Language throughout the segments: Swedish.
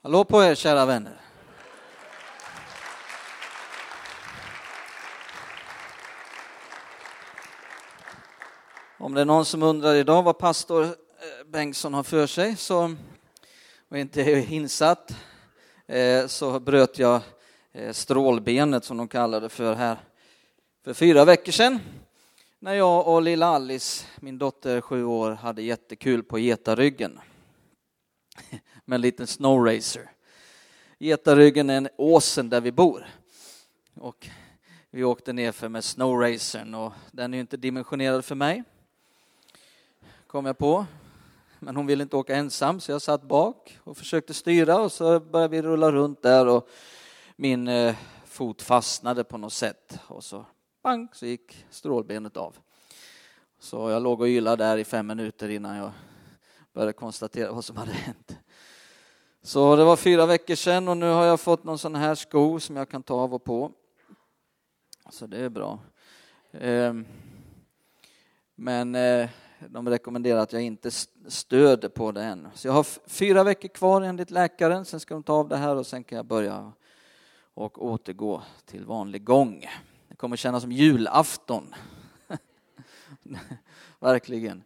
Hallå på er, kära vänner. Om det är någon som undrar idag vad pastor Bengtsson har för sig och inte är insatt, så bröt jag strålbenet som de kallade för här för 4 veckor sedan. När jag och lilla Alice, min dotter 7 år, hade jättekul på Getaryggen. Med en liten snowracer. Getaryggen är en åsen där vi bor. Och vi åkte ner för med snowracern och den är ju inte dimensionerad för mig. Kom jag på. Men hon ville inte åka ensam så jag satt bak och försökte styra och så började vi rulla runt där och min fot fastnade på något sätt. Och så bang, så gick strålbenet av. Så jag låg och ylade där i 5 minuter innan jag började konstatera vad som hade hänt. Så det var 4 veckor sedan och nu har jag fått någon sån här sko som jag kan ta av och på. Så det är bra. Men de rekommenderar att jag inte stöder på det än. Så jag har 4 veckor kvar enligt läkaren. Sen ska de ta av det här och sen kan jag börja och återgå till vanlig gång. Det kommer kännas som julafton. Verkligen.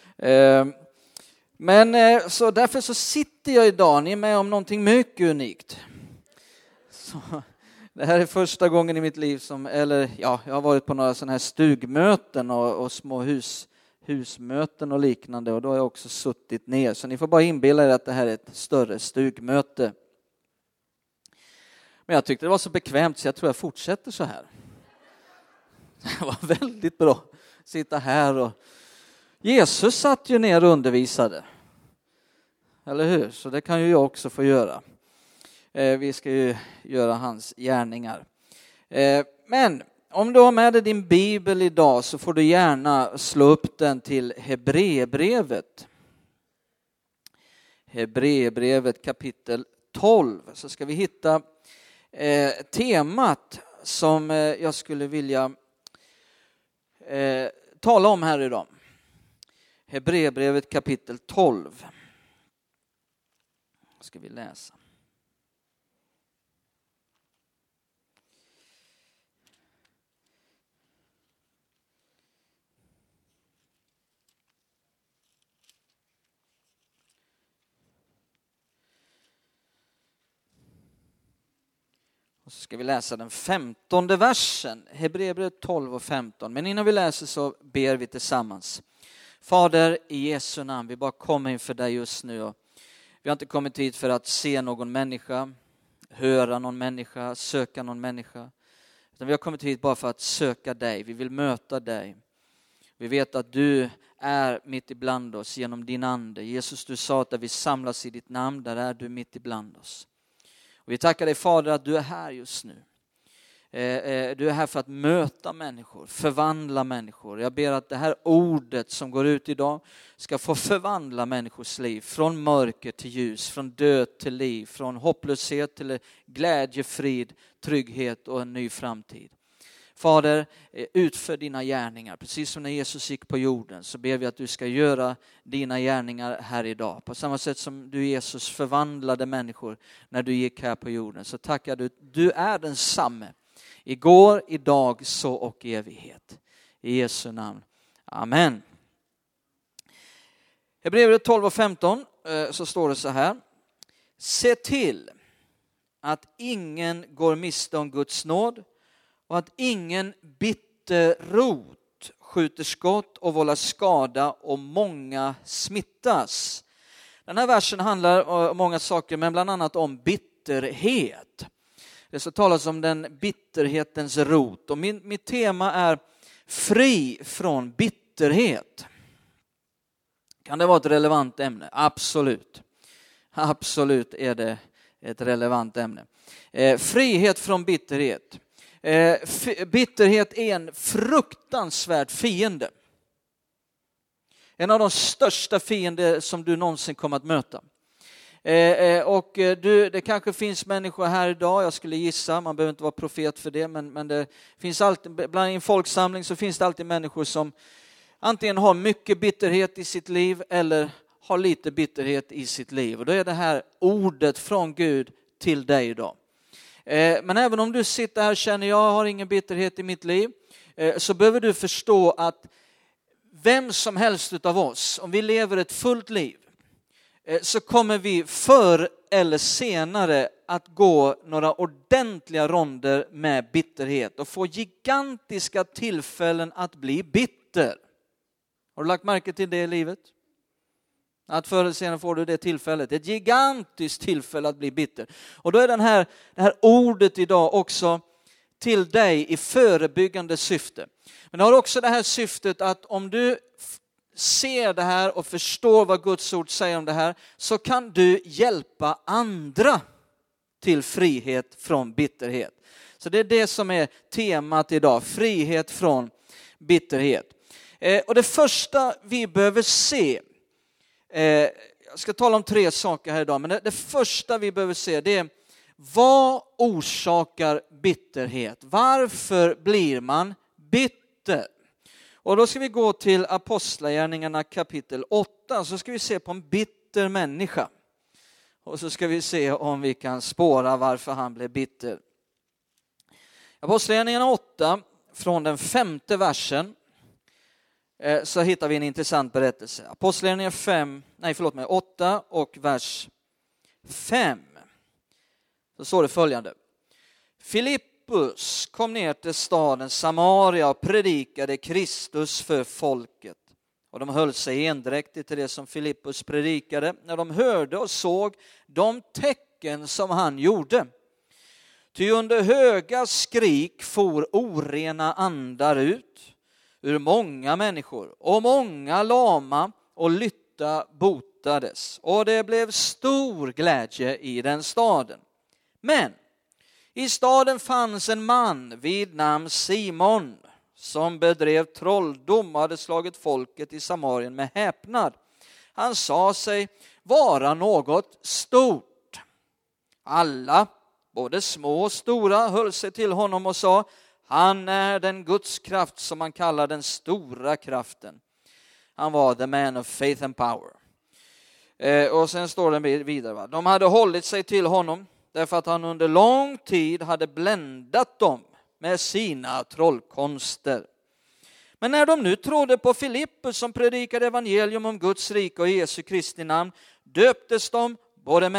Men så därför så sitter jag idag. Ni är med om någonting mycket unikt. Så, det här är första gången i mitt liv jag har varit på några sådana här stugmöten och små husmöten och liknande. Och då har jag också suttit ner. Så ni får bara inbilla er att det här är ett större stugmöte. Men jag tyckte det var så bekvämt så jag tror jag fortsätter så här. Det var väldigt bra att sitta här och Jesus satt ju ner och undervisade. Eller hur? Så det kan ju jag också få göra. Vi ska ju göra hans gärningar. Men om du har med dig din bibel idag så får du gärna slå upp den till Hebreerbrevet. Hebreerbrevet kapitel 12. Så ska vi hitta temat som jag skulle vilja tala om här idag. Hebreerbrevet kapitel 12. Ska vi läsa. Och så ska vi läsa den 15:e versen. Hebreerbrevet 12 och 15. Men innan vi läser så ber vi tillsammans. Fader, i Jesu namn, vi bara kommer inför dig just nu. Och vi har inte kommit hit för att se någon människa, höra någon människa, söka någon människa. Utan vi har kommit hit bara för att söka dig. Vi vill möta dig. Vi vet att du är mitt ibland oss genom din ande. Jesus, du sa att där vi samlas i ditt namn, där är du mitt ibland oss. Och vi tackar dig, Fader, att du är här just nu. Du är här för att möta människor, förvandla människor. Jag ber att det här ordet som går ut idag ska få förvandla människors liv. Från mörker till ljus, från död till liv, från hopplöshet till glädje, frid, trygghet och en ny framtid. Fader, utför dina gärningar. Precis som när Jesus gick på jorden så ber vi att du ska göra dina gärningar här idag. På samma sätt som du, Jesus, förvandlade människor när du gick här på jorden. Så tackar du är densamme. Igår, idag, så och i evighet. I Jesu namn. Amen. Hebreerbrevet 12 och 15 så står det så här. Se till att ingen går miste om Guds nåd och att ingen bitter rot skjuter skott och vållar skada och många smittas. Den här versen handlar om många saker men bland annat om bitterhet. Det så talas om den bitterhetens rot. Och mitt tema är fri från bitterhet. Kan det vara ett relevant ämne? Absolut. Absolut är det ett relevant ämne. Frihet från bitterhet. Bitterhet är en fruktansvärd fiende. En av de största fiender som du någonsin kommer att möta. Och det kanske finns människor här idag, jag skulle gissa, man behöver inte vara profet för det, men det finns alltid, bland en folksamling så finns det alltid människor som antingen har mycket bitterhet i sitt liv eller har lite bitterhet i sitt liv. Och då är det här ordet från Gud till dig idag. Men även om du sitter här och känner jag har ingen bitterhet i mitt liv, så behöver du förstå att vem som helst utav oss, om vi lever ett fullt liv, så kommer vi förr eller senare att gå några ordentliga ronder med bitterhet och få gigantiska tillfällen att bli bitter. Har du lagt märke till det i livet? Att förr eller senare får du det tillfället. Ett gigantiskt tillfälle att bli bitter. Och då är det här ordet idag också till dig i förebyggande syfte. Men det har också det här syftet att om du ser det här och förstår vad Guds ord säger om det här, så kan du hjälpa andra till frihet från bitterhet. Så det är det som är temat idag, frihet från bitterhet. Och det första vi behöver se, jag ska tala om 3 saker här idag, men det första vi behöver se, det är vad orsakar bitterhet? Varför blir man bitter? Och då ska vi gå till Apostlagärningarna kapitel 8, så ska vi se på en bitter människa. Och så ska vi se om vi kan spåra varför han blev bitter. Apostlagärningarna 8, från den 5:e versen, så hittar vi en intressant berättelse. Apostlagärningarna 8 och vers 5. Så står det följande. Filippus kom ner till staden Samaria och predikade Kristus för folket. Och de höll sig endräktigt till det som Filippus predikade när de hörde och såg de tecken som han gjorde. Ty under höga skrik for orena andar ut ur många människor, och många lama och lytta botades. Och det blev stor glädje i den staden. Men i staden fanns en man vid namn Simon som bedrev trolldom och hade slagit folket i Samarien med häpnad. Han sa sig vara något stort. Alla, både små och stora, höll sig till honom och sa: han är den Guds kraft som man kallar den stora kraften. Han var the man of faith and power. Och sen står det vidare. Va? De hade hållit sig till honom därför att han under lång tid hade bländat dem med sina trollkonster. Men när de nu trodde på Filippus som predikade evangelium om Guds rike och Jesu Kristi namn, döptes de både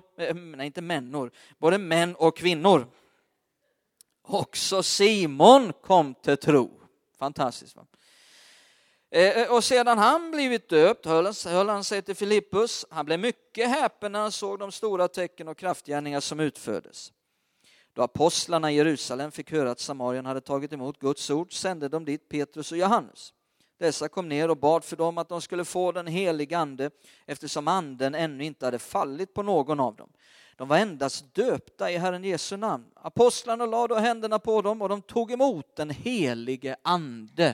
män och kvinnor. Också Simon kom till tro. Fantastiskt, va? Och sedan han blivit döpt höll han sig till Filippus. Han blev mycket häpen när han såg de stora tecken och kraftgärningar som utfördes. Då apostlarna i Jerusalem fick höra att Samarien hade tagit emot Guds ord, sände de dit Petrus och Johannes. Dessa kom ner och bad för dem att de skulle få den heliga ande, eftersom anden ännu inte hade fallit på någon av dem. De var endast döpta i Herren Jesu namn. Apostlarna lade då händerna på dem och de tog emot den helige ande.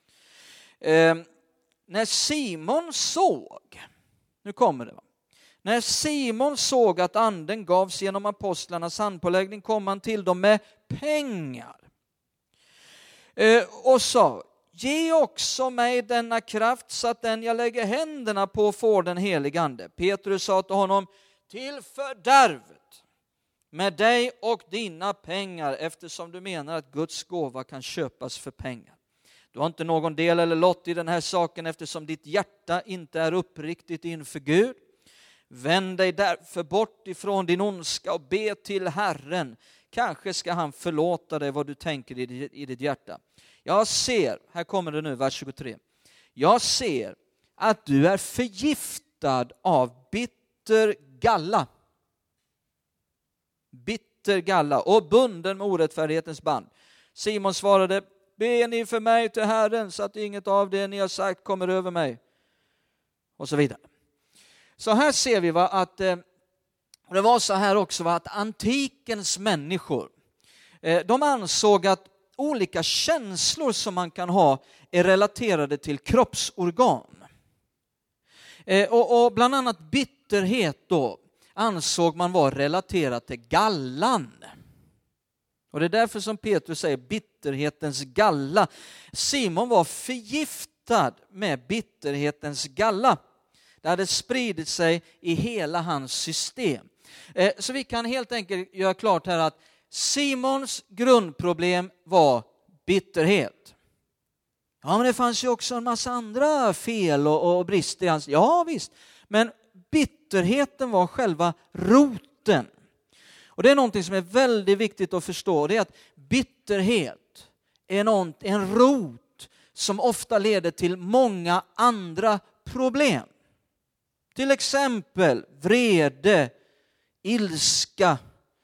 När Simon såg, nu kommer det, va? När Simon såg att anden gavs genom apostlarnas handpåläggning, kom han till dem med pengar och sa: ge också mig denna kraft så att den jag lägger händerna på får den helige ande. Petrus sa till honom: till fördärvet med dig och dina pengar, eftersom du menar att Guds gåva kan köpas för pengar. Du har inte någon del eller lott i den här saken, eftersom ditt hjärta inte är uppriktigt inför Gud. Vänd dig därför bort ifrån din ondska och be till Herren. Kanske ska han förlåta dig vad du tänker i ditt hjärta. Jag ser, här kommer det nu, vers 23. Jag ser att du är förgiftad av bitter galla. Bitter galla och bunden med orättfärdighetens band. Simon svarade: be ni för mig till Herren så att inget av det ni har sagt kommer över mig. Och så vidare. Så här ser vi att det var så här också, att antikens människor, de ansåg att olika känslor som man kan ha är relaterade till kroppsorgan. Och bland annat bitterhet då ansåg man vara relaterat till gallan. Och det är därför som Petrus säger bitterhetens galla. Simon var förgiftad med bitterhetens galla. Det hade spridit sig i hela hans system. Så vi kan helt enkelt göra klart här att Simons grundproblem var bitterhet. Ja, men det fanns ju också en massa andra fel och brister i hans. Ja, visst. Men bitterheten var själva roten. Och det är någonting som är väldigt viktigt att förstå. Det är att bitterhet är en rot som ofta leder till många andra problem. Till exempel vrede, ilska.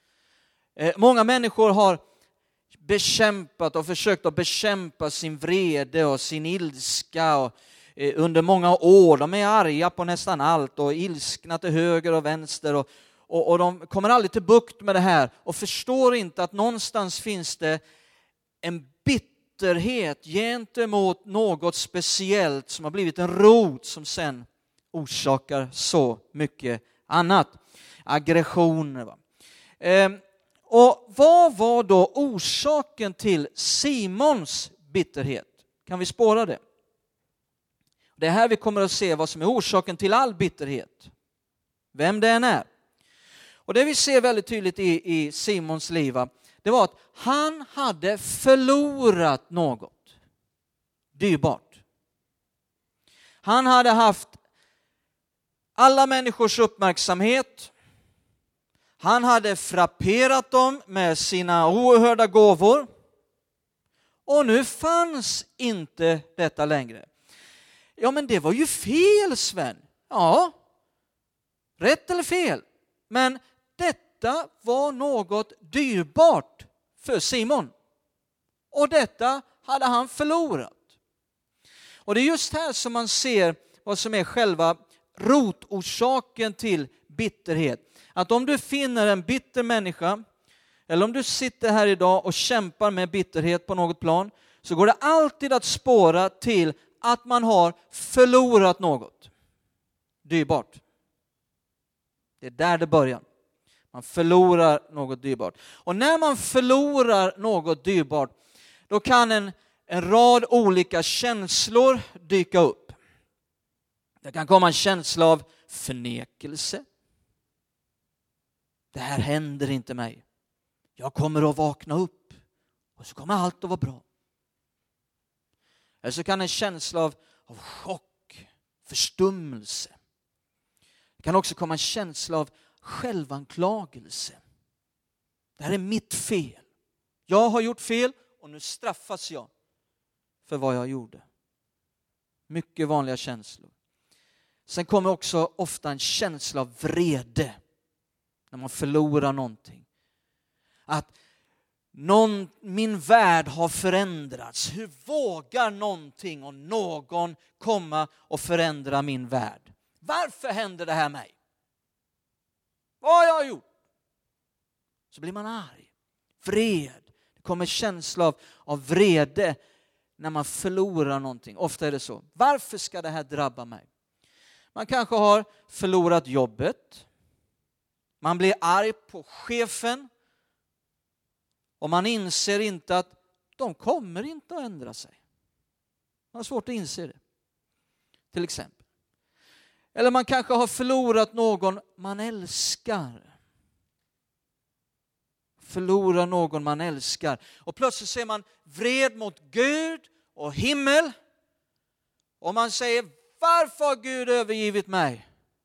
Många människor har bekämpat och försökt att bekämpa sin vrede och sin ilska under många år. De är arga på nästan allt och ilskna till höger och vänster och de kommer aldrig till bukt med det här och förstår inte att någonstans finns det en bitterhet gentemot något speciellt som har blivit en rot som sen orsakar så mycket annat. Aggressioner. Och vad var då orsaken till Simons bitterhet? Kan vi spåra det? Det är här vi kommer att se vad som är orsaken till all bitterhet. Vem det än är. Och det vi ser väldigt tydligt i Simons liv, det var att han hade förlorat något dyrbart. Han hade haft alla människors uppmärksamhet. Han hade frapperat dem med sina oerhörda gåvor. Och nu fanns inte detta längre. Ja, men det var ju fel, Sven. Ja, rätt eller fel. Men detta var något dyrbart för Simon. Och detta hade han förlorat. Och det är just här som man ser vad som är själva rotorsaken till bitterhet. Att om du finner en bitter människa, eller om du sitter här idag och kämpar med bitterhet på något plan, så går det alltid att spåra till att man har förlorat något dyrbart. Det är där det börjar. Man förlorar något dyrbart. Och när man förlorar något dyrbart, då kan en rad olika känslor dyka upp. Det kan komma en känsla av förnekelse. Det här händer inte mig. Jag kommer att vakna upp och så kommer allt att vara bra. Eller så kan en känsla av chock, förstummelse. Det kan också komma en känsla av självanklagelse. Det här är mitt fel. Jag har gjort fel och nu straffas jag för vad jag gjorde. Mycket vanliga känslor. Sen kommer också ofta en känsla av vrede när man förlorar någonting. Att min värld har förändrats. Hur vågar någonting och någon komma och förändra min värld? Varför händer det här mig? Vad har jag gjort? Så blir man arg, vred. Det kommer känsla av vrede när man förlorar någonting. Ofta är det så. Varför ska det här drabba mig? Man kanske har förlorat jobbet. Man blir arg på chefen. Och man inser inte att de kommer inte att ändra sig. Man har svårt att inse det. Till exempel. Eller man kanske har förlorat någon man älskar. Förlorar någon man älskar. Och plötsligt ser man vred mot Gud och himmel. Och man säger, varför har Gud övergivit mig?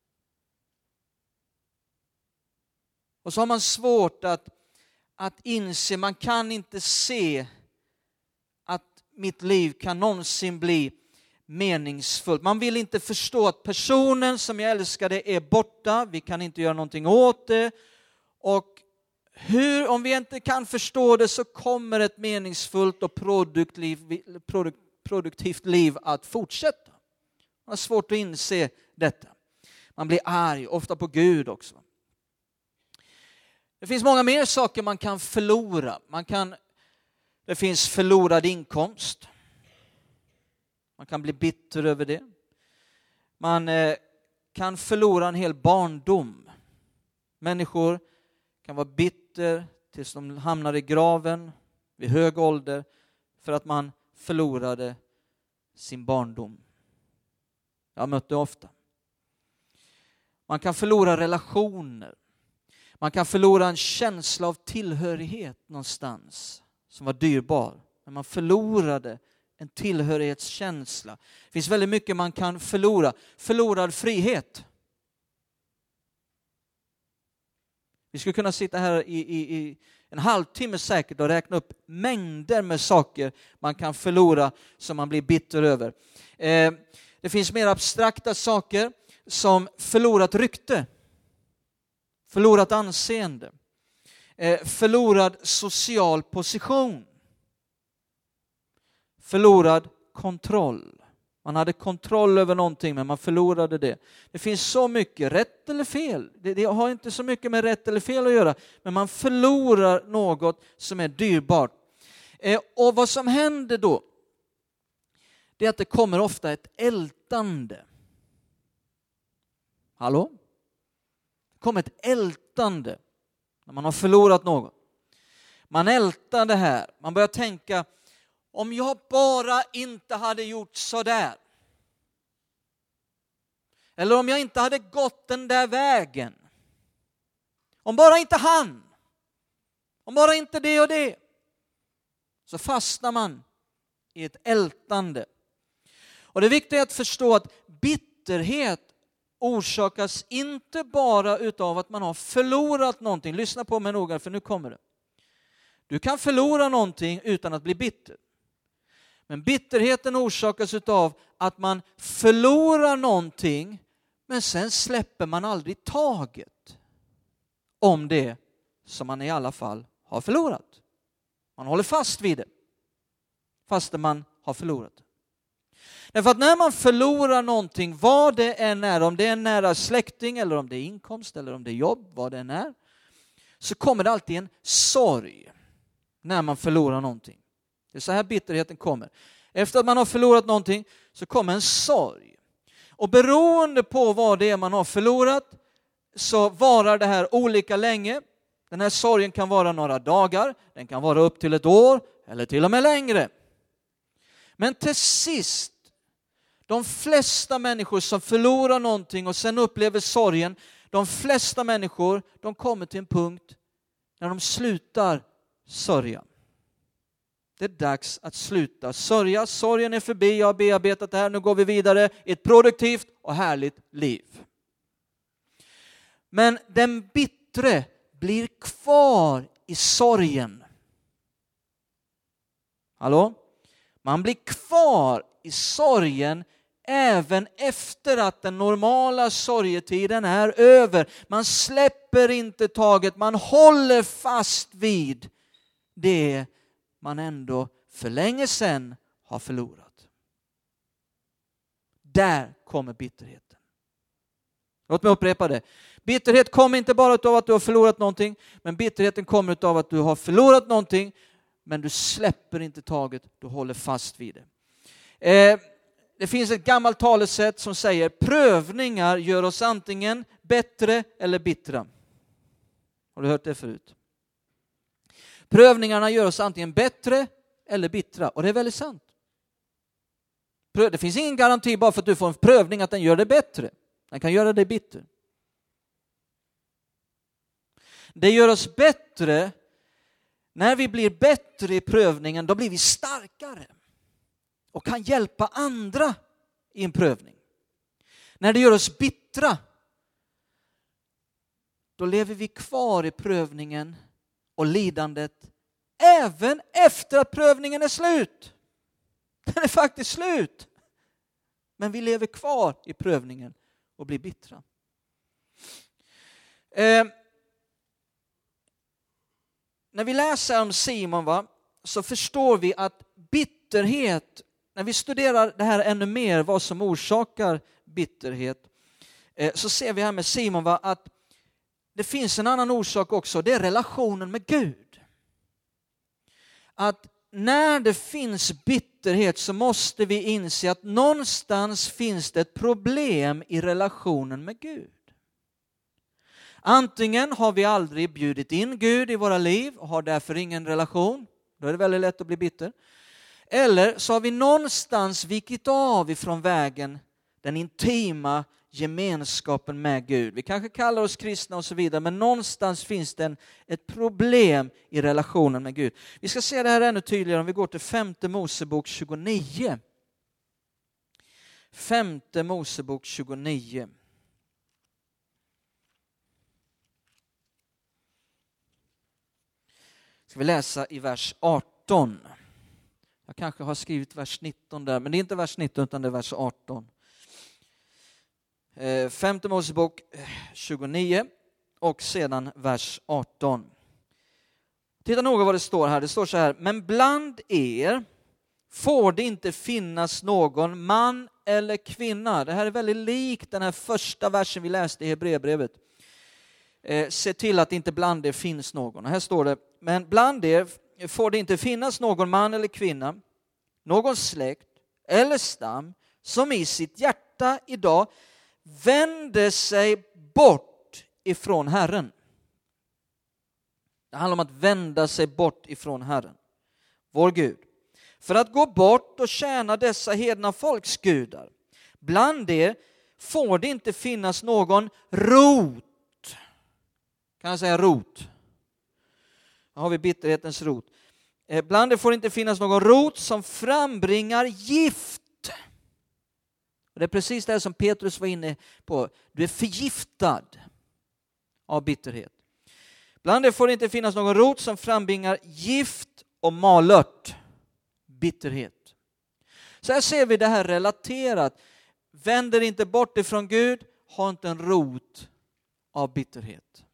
Och så har man svårt att inse, man kan inte se att mitt liv kan någonsin bli meningsfullt. Man vill inte förstå att personen som jag älskade är borta. Vi kan inte göra någonting åt det. Och om vi inte kan förstå det så kommer ett meningsfullt och produktivt liv att fortsätta. Man har svårt att inse detta. Man blir arg, ofta på Gud också. Det finns många mer saker man kan förlora. Det finns förlorad inkomst. Man kan bli bitter över det. Man kan förlora en hel barndom. Människor kan vara bitter tills de hamnar i graven vid hög ålder för att man förlorade sin barndom. Jag har mött det ofta. Man kan förlora relationer. Man kan förlora en känsla av tillhörighet någonstans som var dyrbar. Men man förlorade en tillhörighetskänsla. Det finns väldigt mycket man kan förlora. Förlorad frihet. Vi skulle kunna sitta här i en halvtimme säkert och räkna upp mängder med saker man kan förlora som man blir bitter över. Det finns mer abstrakta saker som förlorat rykte, förlorat anseende, förlorad social position, förlorad kontroll. Man hade kontroll över någonting men man förlorade det. Det finns så mycket, rätt eller fel. Det har inte så mycket med rätt eller fel att göra. Men man förlorar något som är dyrbart. Och vad som händer då, det är att det kommer ofta ett ältande. Hallå? Det kommer ett ältande när man har förlorat något. Man ältar det här. Man börjar tänka, om jag bara inte hade gjort så där. Eller om jag inte hade gått den där vägen. Om bara inte han. Om bara inte det och det. Så fastnar man i ett ältande. Och det viktiga är att förstå att bitterhet orsakas inte bara utav att man har förlorat någonting. Lyssna på mig noga för nu kommer det. Du kan förlora någonting utan att bli bitter. Men bitterheten orsakas utav att man förlorar någonting men sen släpper man aldrig taget om det som man i alla fall har förlorat. Man håller fast vid det fastän man har förlorat. Därför att när man förlorar någonting, vad det än är, om det är en nära släkting eller om det är inkomst eller om det är jobb, vad det än är, så kommer det alltid en sorg när man förlorar någonting. Det är så här bitterheten kommer. Efter att man har förlorat någonting så kommer en sorg. Och beroende på vad det är man har förlorat så varar det här olika länge. Den här sorgen kan vara några dagar, den kan vara upp till ett år eller till och med längre. Men till sist, de flesta människor som förlorar någonting och sen upplever sorgen, de flesta människor, de kommer till en punkt när de slutar sörja. Det är dags att sluta sörja. Sorgen är förbi, jag har bearbetat det här, nu går vi vidare i ett produktivt och härligt liv. Men den bittre blir kvar i sorgen. Hallå? Man blir kvar i sorgen även efter att den normala sorgetiden är över. Man släpper inte taget, man håller fast vid det man ändå för länge sedan har förlorat. Där kommer bitterheten. Låt mig upprepa det. Bitterhet kommer inte bara av att du har förlorat någonting, men bitterheten kommer av att du har förlorat någonting, men du släpper inte taget, du håller fast vid det. Det finns ett gammalt talesätt som säger prövningar gör oss antingen bättre eller bittra. Har du hört det förut? Prövningarna gör oss antingen bättre eller bittra. Och det är väldigt sant. Det finns ingen garanti bara för att du får en prövning att den gör det bättre. Den kan göra dig bitter. Det gör oss bättre. När vi blir bättre i prövningen, då blir vi starkare. Och kan hjälpa andra i en prövning. När det gör oss bittra, då lever vi kvar i prövningen och lidandet även efter att prövningen är slut. Den är faktiskt slut. Men vi lever kvar i prövningen och blir bittra. När vi läser om Simon, så förstår vi att bitterhet, när vi studerar det här ännu mer, vad som orsakar bitterhet, så ser vi här med Simon att det finns en annan orsak också, det är relationen med Gud. Att när det finns bitterhet så måste vi inse att någonstans finns det ett problem i relationen med Gud. Antingen har vi aldrig bjudit in Gud i våra liv och har därför ingen relation. Då är det väldigt lätt att bli bitter. Eller så har vi någonstans vikit av ifrån vägen, den intima, gemenskapen med Gud. Vi kanske kallar oss kristna och så vidare, men någonstans finns det ett problem i relationen med Gud. Vi ska se det här ännu tydligare om vi går till 5:e Mosebok 29. 5:e Mosebok 29. Ska vi läsa i vers 18. Jag kanske har skrivit vers 19 där, men det är inte vers 19 utan det är vers 18. 5:e Mosebok 29 och sedan vers 18. Titta noga vad det står här. Det står så här: men bland er får det inte finnas någon man eller kvinna. Det här är väldigt likt den här första versen vi läste i Hebreerbrevet. Se till att inte bland er finns någon. Och här står det: men bland er får det inte finnas någon man eller kvinna, någon släkt eller stam som i sitt hjärta idag vänder sig bort ifrån Herren. Det handlar om att vända sig bort ifrån Herren, vår Gud, för att gå bort och tjäna dessa hedna folks gudar. Bland er får det inte finnas någon rot. Kan jag säga rot? Här har vi bitterhetens rot. Bland er får det inte finnas någon rot som frambringar gift. Och det är precis det som Petrus var inne på. Du är förgiftad av bitterhet. Bland er får det inte finnas någon rot som frambringar gift och malört. Bitterhet. Så här ser vi det här relaterat. Vänder inte bort ifrån Gud, har inte en rot av bitterhet.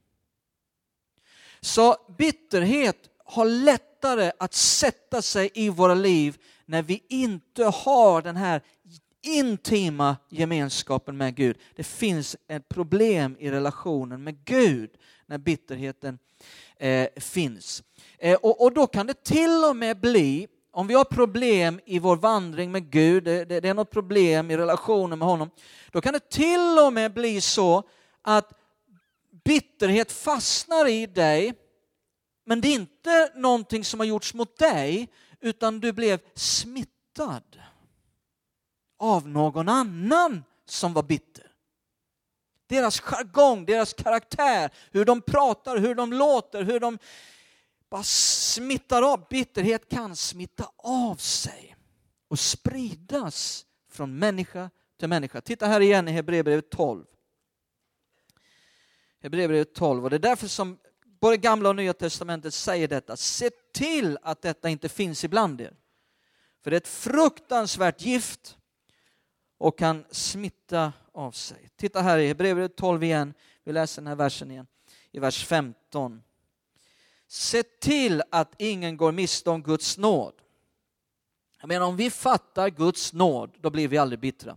Så bitterhet har lättare att sätta sig i våra liv när vi inte har den här intima gemenskapen med Gud. Det finns ett problem i relationen med Gud när bitterheten finns. Och då kan det till och med bli, om vi har problem i vår vandring med Gud, det är något problem i relationen med honom, då kan det till och med bli så att bitterhet fastnar i dig, men det är inte någonting som har gjorts mot dig, utan du blev smittad av någon annan som var bitter. Deras jargong, deras karaktär, hur de pratar, hur de låter, hur de bara smittar av. Bitterhet kan smitta av sig och spridas från människa till människa. Titta här igen i Hebreerbrevet 12. Hebreerbrevet 12, och det är därför som både Gamla och Nya testamentet säger detta. Se till att detta inte finns ibland er. För det är ett fruktansvärt gift och kan smitta av sig. Titta här i Hebreerbrevet 12 igen. Vi läser den här versen igen. I vers 15. Se till att ingen går miste om Guds nåd. Jag menar, om vi fattar Guds nåd, då blir vi aldrig bittra.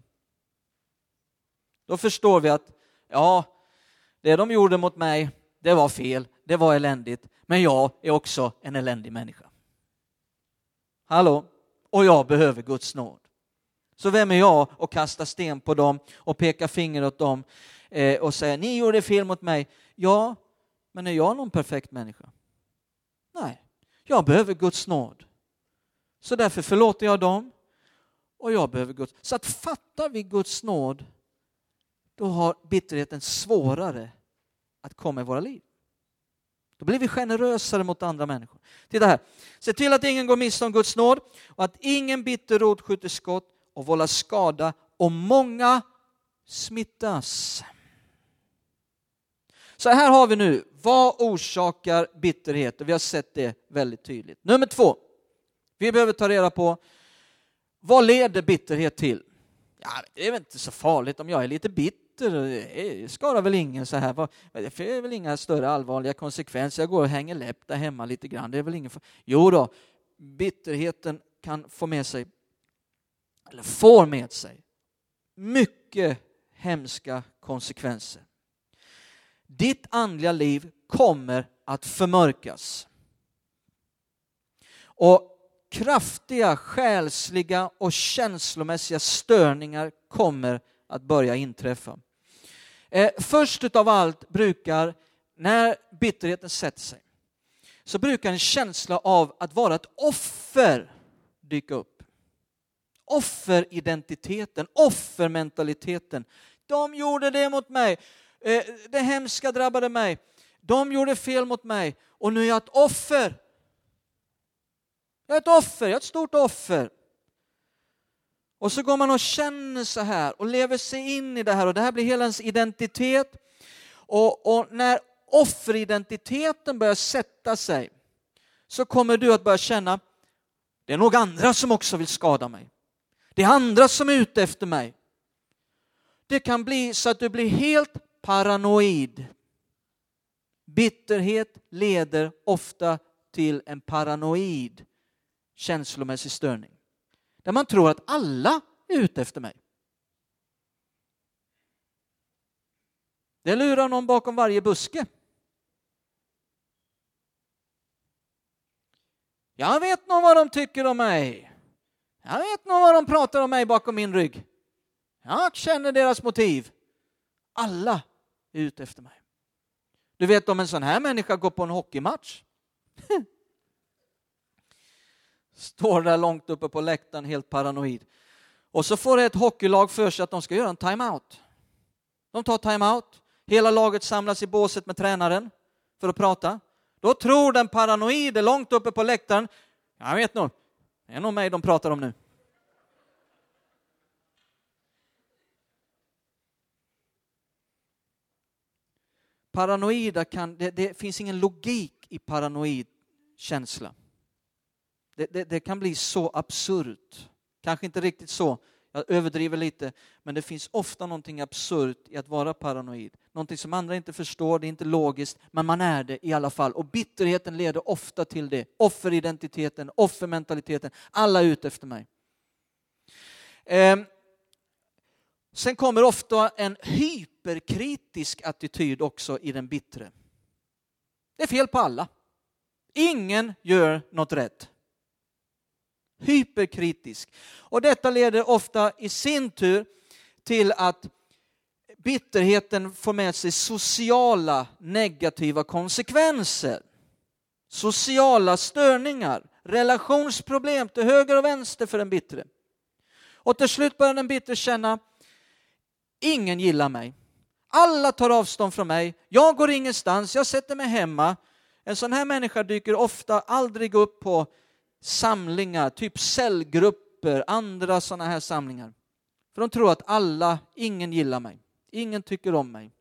Då förstår vi att ja, det de gjorde mot mig, det var fel, det var eländigt. Men jag är också en eländig människa. Hallå? Och jag behöver Guds nåd. Så vem är jag att kasta sten på dem och peka finger åt dem och säga, ni gjorde fel mot mig. Ja, men är jag någon perfekt människa? Nej, jag behöver Guds nåd. Så därför förlåter jag dem och jag behöver Guds. Så att fattar vi Guds nåd, då har bitterheten svårare att komma i våra liv. Då blir vi generösare mot andra människor. Titta här. Se till att ingen går miste om Guds nåd och att ingen bitter rot skjuter skott och vållar skada och många smittas. Så här har vi nu, vad orsakar bitterhet? Och vi har sett det väldigt tydligt. Nummer 2. Vi behöver ta reda på, vad leder bitterhet till? Ja, det är väl inte så farligt om jag är lite bitter. Det skadar väl ingen så här. Det är väl inga större allvarliga konsekvenser. Jag går och hänger läpp där hemma lite grann. Det är väl ingen Jo då, bitterheten kan få med sig, eller får med sig, mycket hemska konsekvenser. Ditt andliga liv kommer att förmörkas. Och kraftiga själsliga och känslomässiga störningar kommer att börja inträffa. Först utav allt brukar, när bitterheten sätter sig, så brukar en känsla av att vara ett offer dyka upp. Offeridentiteten, offermentaliteten. De gjorde det mot mig. Det hemska drabbade mig. De gjorde fel mot mig. Och nu är jag ett offer. Jag är ett stort offer. Och så går man och känner så här och lever sig in i det här. Och det här blir hela ens identitet. Och när offeridentiteten börjar sätta sig så kommer du att börja känna, det är nog andra som också vill skada mig. Det är andra som är ute efter mig. Det kan bli så att du blir helt paranoid. Bitterhet leder ofta till en paranoid känslomässig störning. Där man tror att alla är ute efter mig. Det lurar någon bakom varje buske. Jag vet nog vad de tycker om mig. Jag vet nog vad de pratar om mig bakom min rygg. Jag känner deras motiv. Alla är ute efter mig. Du vet, om en sån här människa går på en hockeymatch. Står där långt uppe på läktaren helt paranoid. Och så får ett hockeylag för sig att de ska göra en timeout. De tar timeout. Hela laget samlas i båset med tränaren för att prata. Då tror den paranoide långt uppe på läktaren, jag vet nog, det är nog mig de pratar om nu. Paranoida det finns ingen logik i paranoid känsla. Det kan bli så absurt. Kanske inte riktigt så. Jag överdriver lite. Men det finns ofta någonting absurt i att vara paranoid. Någonting som andra inte förstår. Det är inte logiskt. Men man är det i alla fall. Och bitterheten leder ofta till det. Offeridentiteten, offermentaliteten. Alla är ute efter mig. Sen kommer ofta en hyperkritisk attityd också i den bittre. Det är fel på alla. Ingen gör något rätt. Hyperkritisk. Och detta leder ofta i sin tur till att bitterheten får med sig sociala negativa konsekvenser. Sociala störningar, relationsproblem till höger och vänster för den bittre. Och till slut börjar den bittre känna, ingen gillar mig. Alla tar avstånd från mig. Jag går ingenstans, jag sätter mig hemma. En sån här människa dyker ofta aldrig upp på samlingar, typ cellgrupper, andra såna här samlingar. För de tror att ingen gillar mig. Ingen tycker om mig.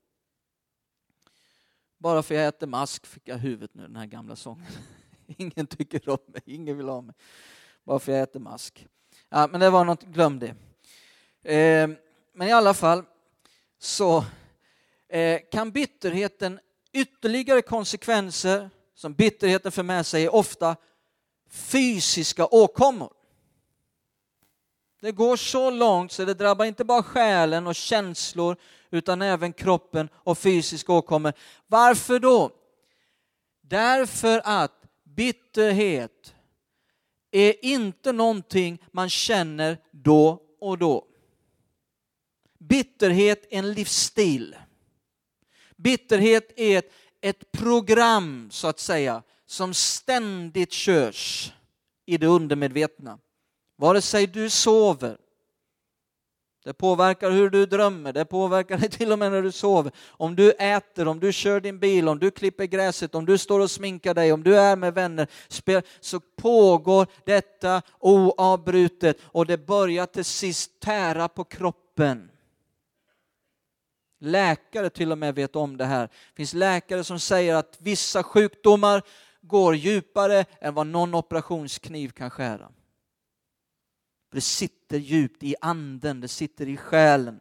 Bara för jag äter mask fick jag huvudet nu, den här gamla sången. Ingen tycker om mig, ingen vill ha mig. Bara för jag äter mask. Ja, men det var något, glöm det. Men i alla fall så kan bitterheten, ytterligare konsekvenser som bitterheten för med sig är ofta fysiska åkommor. Det går så långt så det drabbar inte bara själen och känslor utan även kroppen och fysiska åkommor. Varför då? Därför att bitterhet är inte någonting man känner då och då. Bitterhet är en livsstil. Bitterhet är ett program så att säga som ständigt körs i det undermedvetna. Vare sig du sover. Det påverkar hur du drömmer. Det påverkar dig till och med när du sover. Om du äter, om du kör din bil, om du klipper gräset, om du står och sminkar dig, om du är med vänner. Så pågår detta oavbrutet och det börjar till sist tära på kroppen. Läkare till och med vet om det här. Det finns läkare som säger att vissa sjukdomar går djupare än vad någon operationskniv kan skära. Det sitter djupt i anden, det sitter i själen.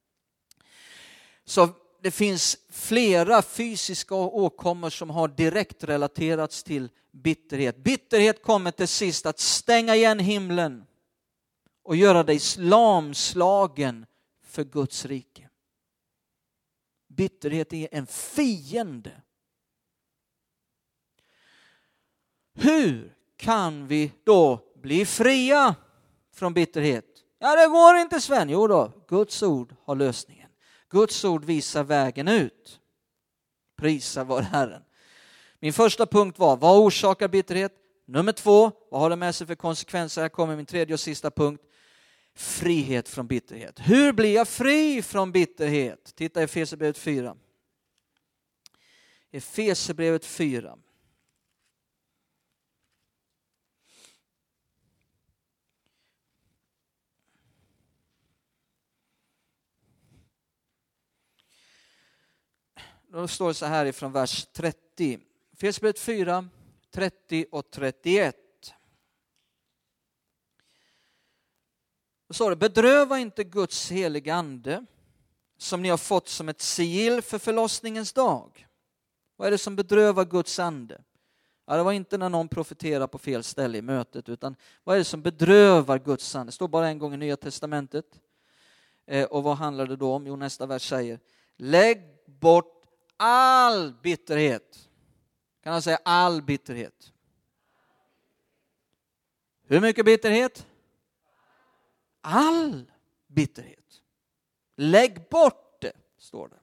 Så det finns flera fysiska åkommor som har direkt relaterats till bitterhet. Bitterhet kommer till sist att stänga igen himlen och göra dig lamslagen för Guds rike. Bitterhet är en fiende. Hur kan vi då bli fria från bitterhet? Ja, det går inte, Sven. Jo då, Guds ord har lösningen. Guds ord visar vägen ut. Prisa vår Herren. Min första punkt var, vad orsakar bitterhet? Nummer 2, vad har det med sig för konsekvenser? Här kommer min tredje och sista punkt. frihet från bitterhet. Hur blir jag fri från bitterhet? Titta i Efesierbrevet 4. Efesierbrevet 4. Då står det så här ifrån vers 30. Efesierbrevet 4, 30 och 31. Då står det: bedröva inte Guds heliga ande som ni har fått som ett sigill för förlossningens dag. Vad är det som bedrövar Guds ande? Ja, det var inte när någon profeterar på fel ställe i mötet, utan vad är det som bedrövar Guds ande? Det står bara en gång i Nya testamentet. Och vad handlar det då om? Jo, nästa vers säger: lägg bort all bitterhet. Kan jag säga all bitterhet? Hur mycket bitterhet? All bitterhet. Lägg bort det, står det.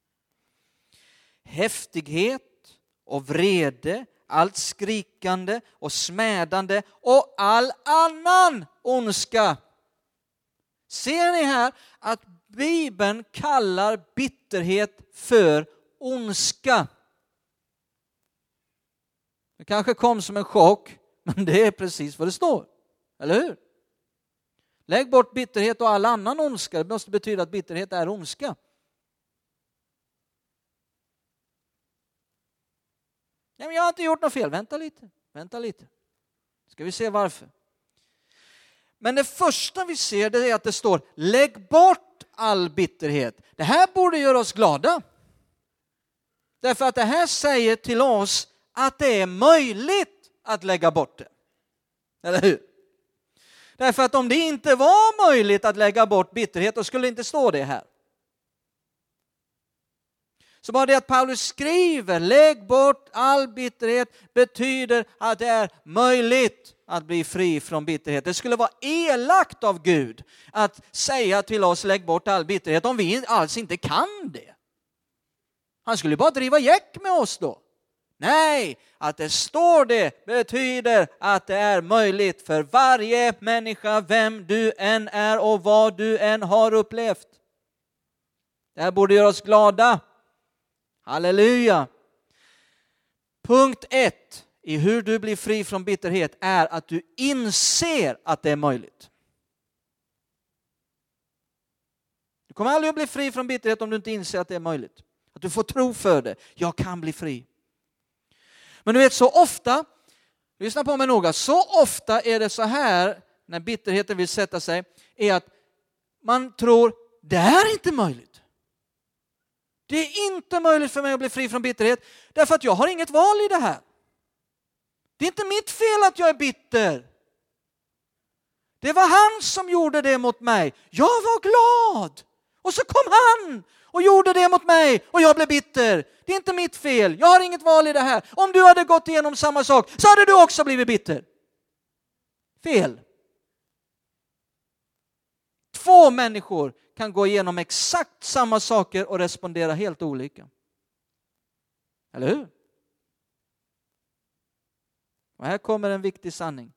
Häftighet och vrede, allt skrikande och smädande och all annan ondska. Ser ni här att Bibeln kallar bitterhet för ondska? Det kanske kom som en chock, men det är precis vad det står. Eller hur? Lägg bort bitterhet och all annan ondska. Det måste betyda att bitterhet är ondska. Ja, men jag har inte gjort något fel. Vänta lite. Ska vi se varför. Men det första vi ser, det är att det står: lägg bort all bitterhet. Det här borde göra oss glada. Därför att det här säger till oss att det är möjligt att lägga bort det. Eller hur? Därför att om det inte var möjligt att lägga bort bitterhet, då skulle det inte stå det här. Så bara det att Paulus skriver lägg bort all bitterhet betyder att det är möjligt att bli fri från bitterhet. Det skulle vara elakt av Gud att säga till oss lägg bort all bitterhet om vi alls inte kan det. Han skulle bara driva gäck med oss då. Nej, att det står det betyder att det är möjligt för varje människa, vem du än är och vad du än har upplevt. Det här borde göra oss glada. Halleluja. Punkt 1 i hur du blir fri från bitterhet är att du inser att det är möjligt. Du kommer aldrig att bli fri från bitterhet om du inte inser att det är möjligt. Att du får tro för det. Jag kan bli fri. Men du vet, så ofta, lyssna på mig noga, så ofta är det så här när bitterheten vill sätta sig, är att man tror det är inte möjligt. Det är inte möjligt för mig att bli fri från bitterhet därför att jag har inget val i det här. Det är inte mitt fel att jag är bitter. Det var han som gjorde det mot mig. Jag var glad. Och så kom han och gjorde det mot mig och jag blev bitter. Det är inte mitt fel. Jag har inget val i det här. Om du hade gått igenom samma sak så hade du också blivit bitter. Fel. 2 människor kan gå igenom exakt samma saker och respondera helt olika. Eller hur? Och här kommer en viktig sanning.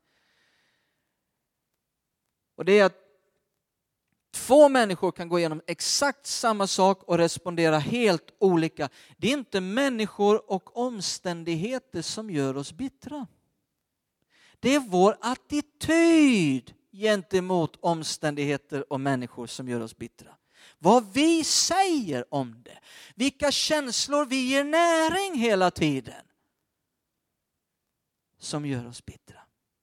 Och det är att 2 människor kan gå igenom exakt samma sak och respondera helt olika. Det är inte människor och omständigheter som gör oss bittra. Det är vår attityd gentemot omständigheter och människor som gör oss bittra. Vad vi säger om det. Vilka känslor vi ger näring hela tiden. Som gör oss bittra.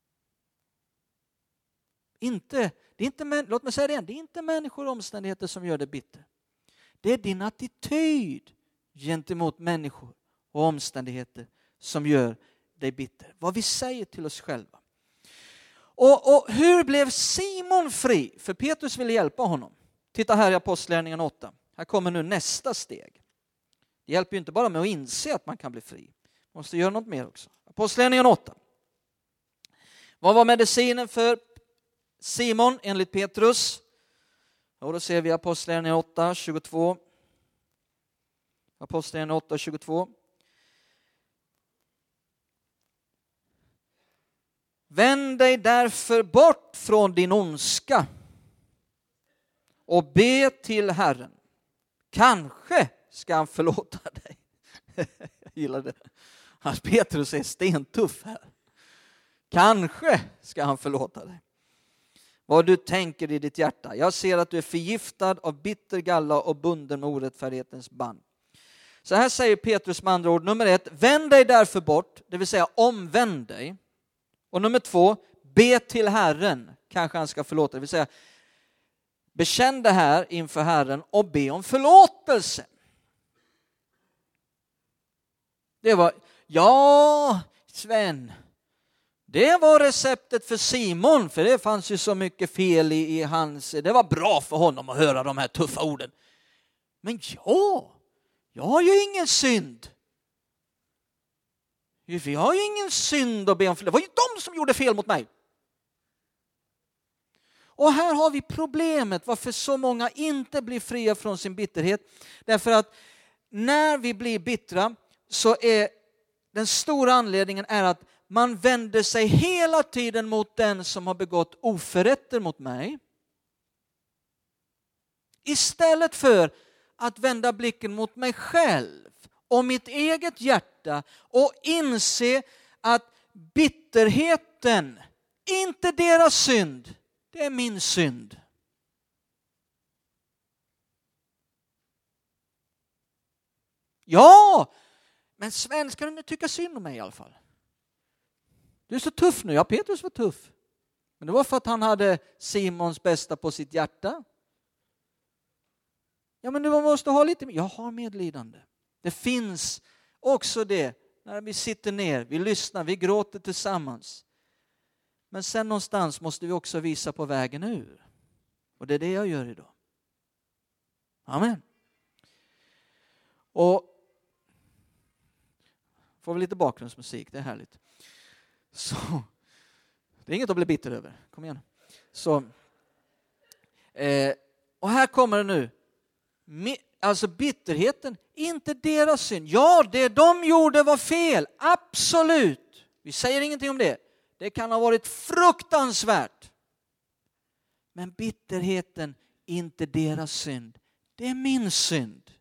Låt mig säga det igen. Det är inte människor och omständigheter som gör det bitter. Det är din attityd gentemot människor och omständigheter som gör dig bitter. Vad vi säger till oss själva. Och hur blev Simon fri? För Petrus ville hjälpa honom. Titta här i Apostlagärningarna 8. Här kommer nu nästa steg. Det hjälper ju inte bara med att inse att man kan bli fri. Man måste göra något mer också. Apostlagärningarna 8. Vad var medicinen för Simon enligt Petrus? Och då ser vi Apostlagärningarna 8, 22. Apostlagärningarna 8, 22. Vänd dig därför bort från din ondska. och be till Herren. Kanske ska han förlåta dig. Jag gillar det. Petrus är stentuff här. Kanske ska han förlåta dig. Vad du tänker i ditt hjärta. Jag ser att du är förgiftad av bitter galla och bunden med orättfärdighetens band. Så här säger Petrus med andra ord. Nummer 1, vänd dig därför bort. Det vill säga omvänd dig. Och nummer 2, be till Herren. Kanske han ska förlåta. Det vill säga bekänn det här inför Herren och be om förlåtelse. Det var, ja Sven, det var receptet för Simon, för det fanns ju så mycket fel i hans, det var bra för honom att höra de här tuffa orden. Men jag har ju ingen synd. Vi har ju ingen synd att be om förlåtelse. Det var ju de som gjorde fel mot mig. Och här har vi problemet varför så många inte blir fria från sin bitterhet. Därför att när vi blir bittra så är den stora anledningen är att man vänder sig hela tiden mot den som har begått oförrätter mot mig. Istället för att vända blicken mot mig själv och mitt eget hjärta och inse att bitterheten, inte deras synd, det är min synd. Ja, men Sven, ska du nu tycka synd om mig i alla fall? Du är så tuff nu. Ja, Petrus var tuff. Men det var för att han hade Simons bästa på sitt hjärta. Ja, men du måste ha lite mer. Jag har medlidande. Det finns också det när vi sitter ner, vi lyssnar, vi gråter tillsammans. Men sen någonstans måste vi också visa på vägen ur. Och det är det jag gör idag. Amen. Och får vi lite bakgrundsmusik, det är härligt. Så det är inget att bli bitter över. Kom igen. Så och här kommer det nu. Alltså bitterheten, inte deras synd. Ja, det de gjorde var fel. Absolut. Vi säger ingenting om det. Det kan ha varit fruktansvärt. Men bitterheten, inte deras synd. Det är min synd.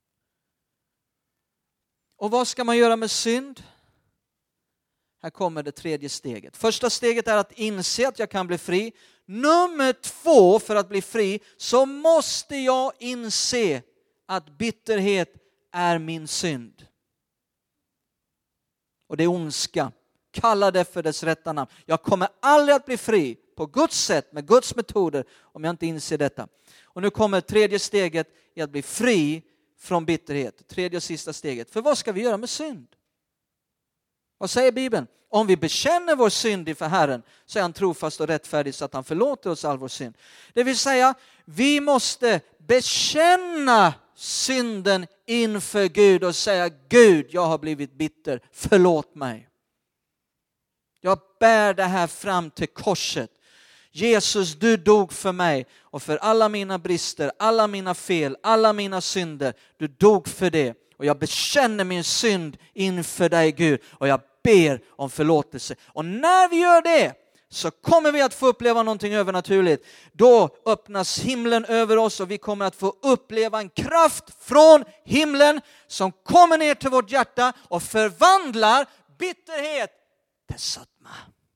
Och vad ska man göra med synd? Här kommer det tredje steget. Första steget är att inse att jag kan bli fri. Nummer 2, för att bli fri så måste jag inse att bitterhet är min synd. Och det är ondska. Kalla det för dess rätta namn. Jag kommer aldrig att bli fri på Guds sätt, med Guds metoder, om jag inte inser detta. Och nu kommer tredje steget i att bli fri från bitterhet. Tredje och sista steget. För vad ska vi göra med synd? Vad säger Bibeln? Om vi bekänner vår synd inför Herren så är han trofast och rättfärdig så att han förlåter oss all vår synd. Det vill säga, vi måste bekänna synden inför Gud och säga: Gud, jag har blivit bitter, förlåt mig. Jag bär det här fram till korset. Jesus, du dog för mig och för alla mina brister, alla mina fel, alla mina synder. Du dog för det. Och jag bekänner min synd inför dig, Gud. Och jag ber om förlåtelse. Och när vi gör det så kommer vi att få uppleva någonting övernaturligt. Då öppnas himlen över oss och vi kommer att få uppleva en kraft från himlen som kommer ner till vårt hjärta och förvandlar bitterhet till sötma.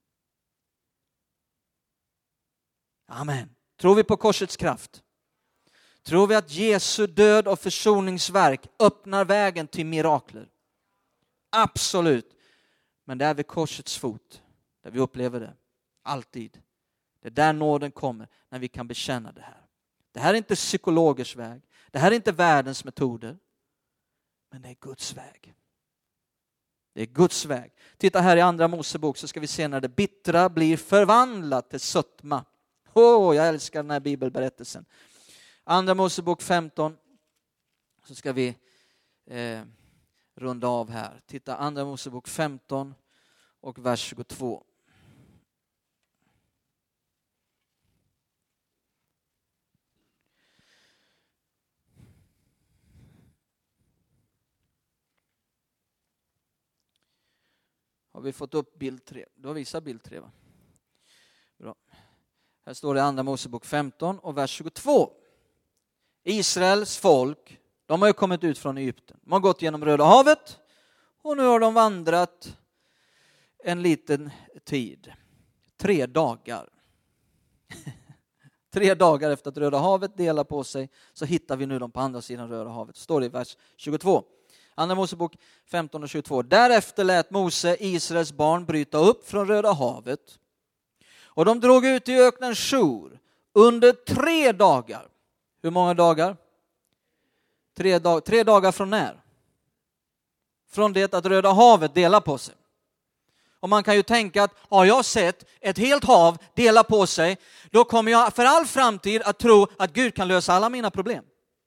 Amen. Tror vi på korsets kraft? Tror vi att Jesu död och försoningsverk öppnar vägen till mirakler? Absolut. Men det är vid korsets fot där vi upplever det. Alltid. Det är där nåden kommer, när vi kan bekänna det här. Det här är inte psykologers väg. Det här är inte världens metoder. Men det är Guds väg. Det är Guds väg. Titta här i andra Mosebok så ska vi se när det bittra blir förvandlat till sötma. Jag älskar den här bibelberättelsen. Andra Mosebok 15. Så ska vi runda av här. Titta, andra Mosebok 15 och vers 22. Har vi fått upp bild 3? Du har visat bild 3, va? Bra. Här står det andra Mosebok 15 och vers 22. Israels folk, de har ju kommit ut från Egypten. De har gått genom Röda havet och nu har de vandrat en liten tid. 3 dagar. 3 dagar efter att Röda havet delar på sig så hittar vi nu dem på andra sidan Röda havet. Det står det i vers 22. Andra Mosebok 15 och 22. Därefter lät Mose Israels barn bryta upp från Röda havet. Och de drog ut i öknen Shur under 3 dagar. Hur många dagar? 3 dagar från när? Från det att Röda havet delar på sig. Och man kan ju tänka att har jag sett ett helt hav dela på sig, då kommer jag för all framtid att tro att Gud kan lösa alla mina problem.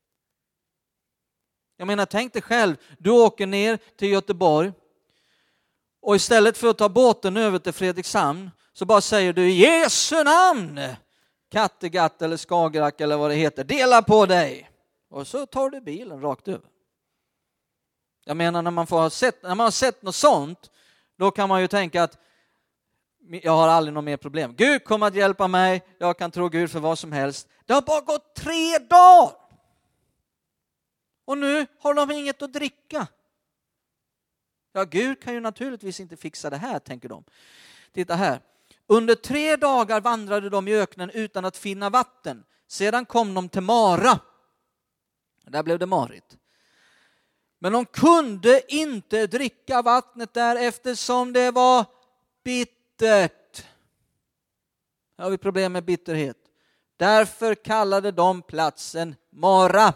Jag menar, tänk dig själv, du åker ner till Göteborg och istället för att ta båten över till Fredrikshamn så bara säger du i Jesu namn, Kattegatt eller Skagerrak eller vad det heter, dela på dig. Och så tar du bilen rakt över. Jag menar, när man har sett något sånt, då kan man ju tänka att jag har aldrig något mer problem. Gud kommer att hjälpa mig, jag kan tro Gud för vad som helst. Det har bara gått 3 dagar. Och nu har de inget att dricka. Ja, Gud kan ju naturligtvis inte fixa det här, tänker de. Titta här. Under 3 dagar vandrade de i öknen utan att finna vatten. Sedan kom de till Mara. Där blev det marigt. Men de kunde inte dricka vattnet där eftersom det var bittert. Här har vi problem med bitterhet. Därför kallade de platsen Mara.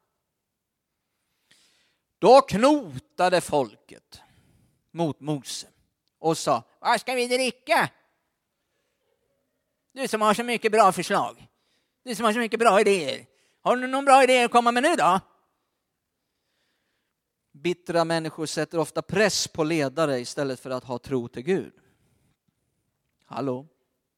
Då knotade folket mot Mose och sa: vad ska vi dricka? Du som har så mycket bra förslag. Du som har så mycket bra idéer. Har du någon bra idé att komma med nu då? Bittra människor sätter ofta press på ledare istället för att ha tro till Gud. Hallå?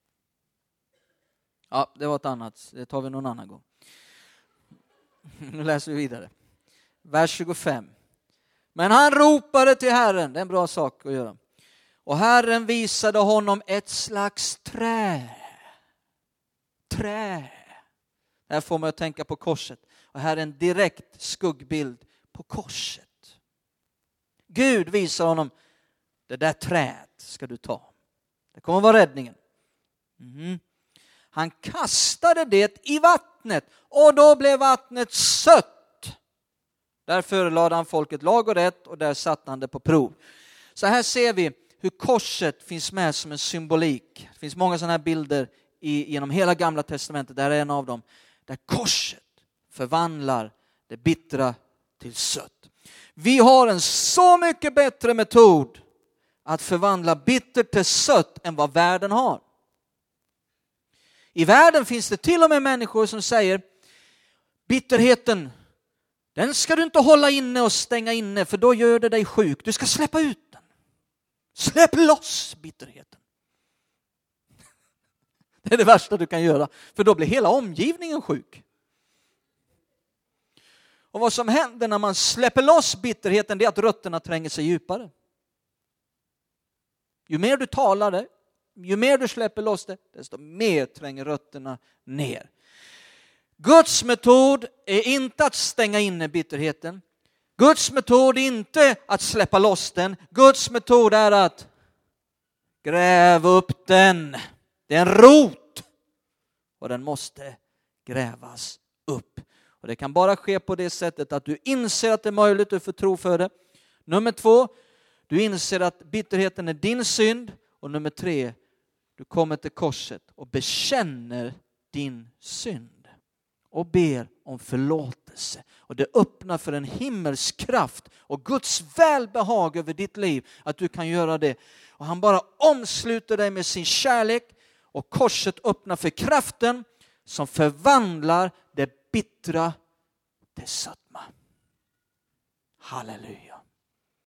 Ja, det var ett annat. Det tar vi någon annan gång. Nu läser vi vidare. Vers 25. Men han ropade till Herren. Det är en bra sak att göra. Och Herren visade honom ett slags trä. Här får man att tänka på korset. Och här är en direkt skuggbild på korset. Gud visar honom: det där träet ska du ta. Det kommer vara räddningen. Han kastade det i vattnet och då blev vattnet sött. Därför lade han folket lag och rätt och där satte han det på prov. Så här ser vi hur korset finns med som en symbolik. Det finns många sådana här bilder genom hela Gamla testamentet. Det här är en av dem. Där korset förvandlar det bittra till sött. Vi har en så mycket bättre metod att förvandla bittert till sött än vad världen har. I världen finns det till och med människor som säger: bitterheten, den ska du inte hålla inne och stänga inne, för då gör det dig sjuk. Du ska släppa ut den. Släpp loss bitterheten. Det är det värsta du kan göra, för då blir hela omgivningen sjuk. Och vad som händer när man släpper loss bitterheten, det är att rötterna tränger sig djupare. Ju mer du talar det, ju mer du släpper loss det, desto mer tränger rötterna ner. Guds metod är inte att stänga inne bitterheten. Guds metod är inte att släppa loss den. Guds metod är att gräva upp den. Det är en rot och den måste grävas upp. Och det kan bara ske på det sättet att du inser att det är möjligt att få tro för det. Nummer 2, du inser att bitterheten är din synd. Och nummer 3, du kommer till korset och bekänner din synd. Och ber om förlåtelse. Och det öppnar för en himmelsk kraft och Guds välbehag över ditt liv. Att du kan göra det. Och han bara omsluter dig med sin kärlek. Och korset öppnar för kraften som förvandlar det bittra till sötma. Halleluja.